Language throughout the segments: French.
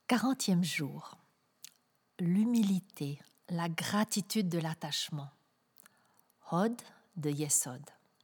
40e jour. L'humilité, la gratitude de l'attachement. Hod de Yesod.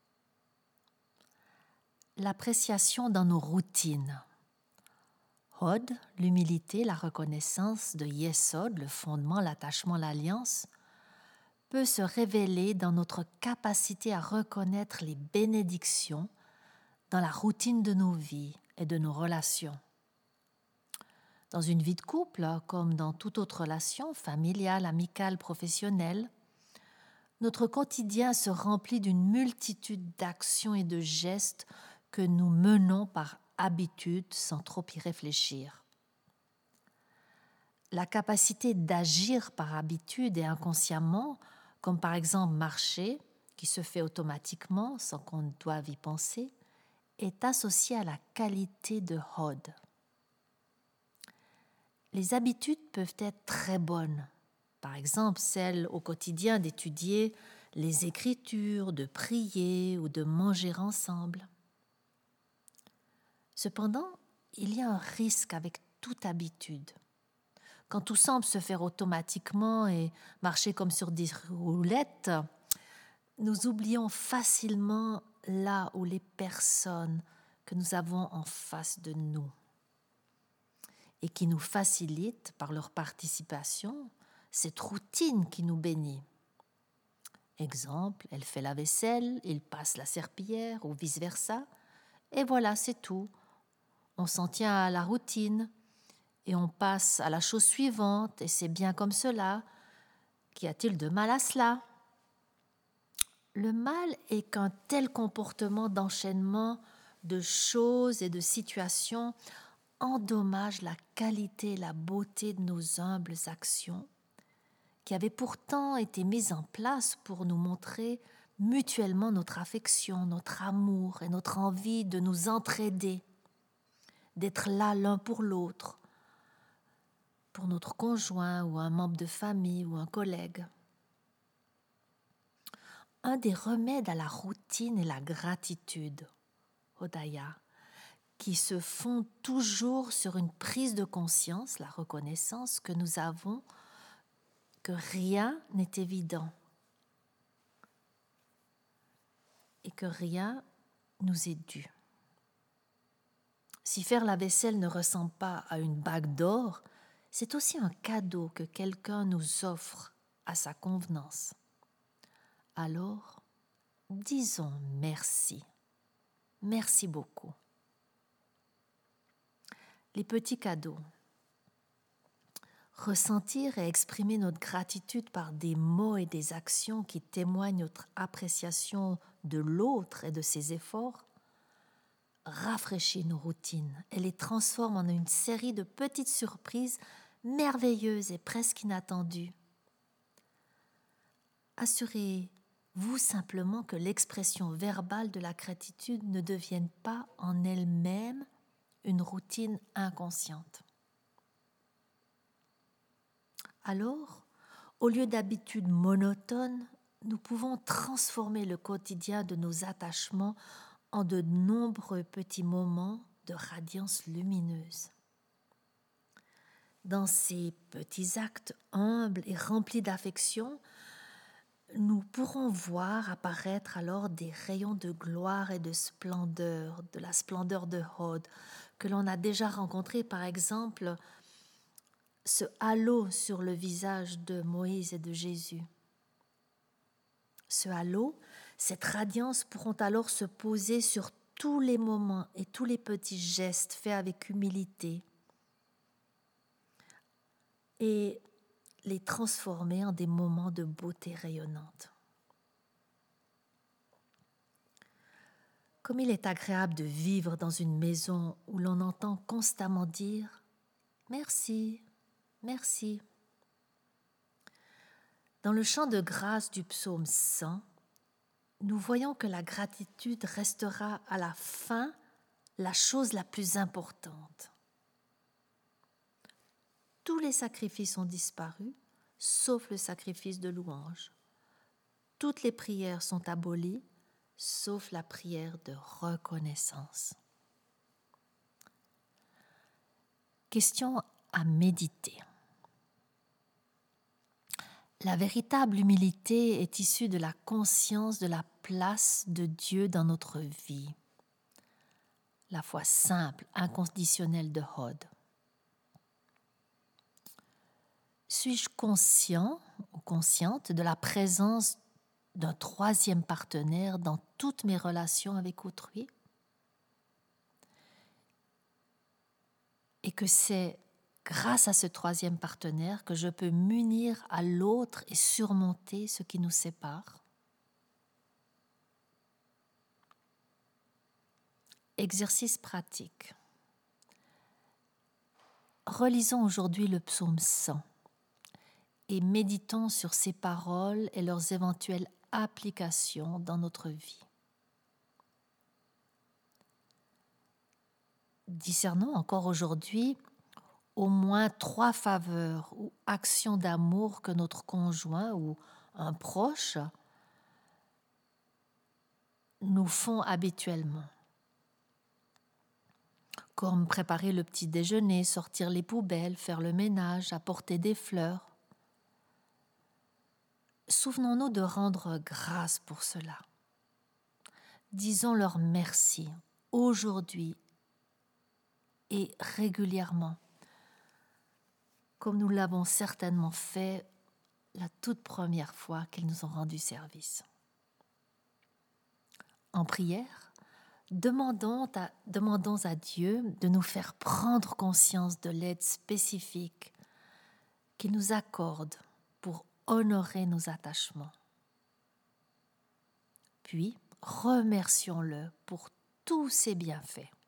L'appréciation dans nos routines. Hod, l'humilité, la reconnaissance de Yesod, le fondement, l'attachement, l'alliance, peut se révéler dans notre capacité à reconnaître les bénédictions dans la routine de nos vies et de nos relations. Dans une vie de couple, comme dans toute autre relation, familiale, amicale, professionnelle, notre quotidien se remplit d'une multitude d'actions et de gestes que nous menons par habitude sans trop y réfléchir. La capacité d'agir par habitude et inconsciemment, comme par exemple marcher, qui se fait automatiquement sans qu'on doive y penser, est associée à la qualité de Hod. Les habitudes peuvent être très bonnes. Par exemple, celle au quotidien d'étudier les Écritures, de prier ou de manger ensemble. Cependant, il y a un risque avec toute habitude. Quand tout semble se faire automatiquement et marcher comme sur des roulettes, nous oublions facilement là où les personnes que nous avons en face de nous et qui nous facilitent par leur participation cette routine qui nous bénit. Exemple, elle fait la vaisselle, il passe la serpillière ou vice-versa, et voilà, c'est tout. On s'en tient à la routine et on passe à la chose suivante, et c'est bien comme cela. Qu'y a-t-il de mal à cela ? Le mal est qu'un tel comportement d'enchaînement de choses et de situations endommage la qualité et la beauté de nos humbles actions qui avaient pourtant été mises en place pour nous montrer mutuellement notre affection, notre amour et notre envie de nous entraider, d'être là l'un pour l'autre, pour notre conjoint ou un membre de famille ou un collègue. Un des remèdes à la routine est la gratitude, Hodaya, qui se fond toujours sur une prise de conscience, la reconnaissance que nous avons, que rien n'est évident et que rien nous est dû. Si faire la vaisselle ne ressemble pas à une bague d'or, c'est aussi un cadeau que quelqu'un nous offre à sa convenance. Alors, disons merci. Merci beaucoup. Les petits cadeaux. Ressentir et exprimer notre gratitude par des mots et des actions qui témoignent notre appréciation de l'autre et de ses efforts rafraîchit nos routines et les transforme en une série de petites surprises merveilleuses et presque inattendues. Assurez-vous simplement que l'expression verbale de la gratitude ne devienne pas en elle-même une routine inconsciente. Alors, au lieu d'habitudes monotones, nous pouvons transformer le quotidien de nos attachements en de nombreux petits moments de radiance lumineuse. Dans ces petits actes humbles et remplis d'affection, nous pourrons voir apparaître alors des rayons de gloire et de la splendeur de Hod, que l'on a déjà rencontré par exemple ce halo sur le visage de Moïse et de Jésus. Ce halo, cette radiance pourront alors se poser sur tous les moments et tous les petits gestes faits avec humilité et les transformer en des moments de beauté rayonnante. Comme il est agréable de vivre dans une maison où l'on entend constamment dire « Merci ». Merci. Dans le chant de grâce du psaume 100, nous voyons que la gratitude restera à la fin la chose la plus importante. Tous les sacrifices ont disparu, sauf le sacrifice de louange. Toutes les prières sont abolies, sauf la prière de reconnaissance. Question à méditer. La véritable humilité est issue de la conscience de la place de Dieu dans notre vie. La foi simple, inconditionnelle de Hod. Suis-je conscient ou consciente de la présence d'un troisième partenaire dans toutes mes relations avec autrui? Et que c'est grâce à ce troisième partenaire que je peux m'unir à l'autre et surmonter ce qui nous sépare? Exercice pratique. Relisons aujourd'hui le psaume 100 et méditons sur ces paroles et leurs éventuelles applications dans notre vie. Discernons encore aujourd'hui au moins 3 faveurs ou actions d'amour que notre conjoint ou un proche nous font habituellement. Comme préparer le petit déjeuner, sortir les poubelles, faire le ménage, apporter des fleurs. Souvenons-nous de rendre grâce pour cela. Disons-leur merci aujourd'hui et régulièrement, comme nous l'avons certainement fait la toute première fois qu'ils nous ont rendu service. En prière, demandons à Dieu de nous faire prendre conscience de l'aide spécifique qu'il nous accorde pour honorer nos attachements. Puis, remercions-le pour tous ses bienfaits.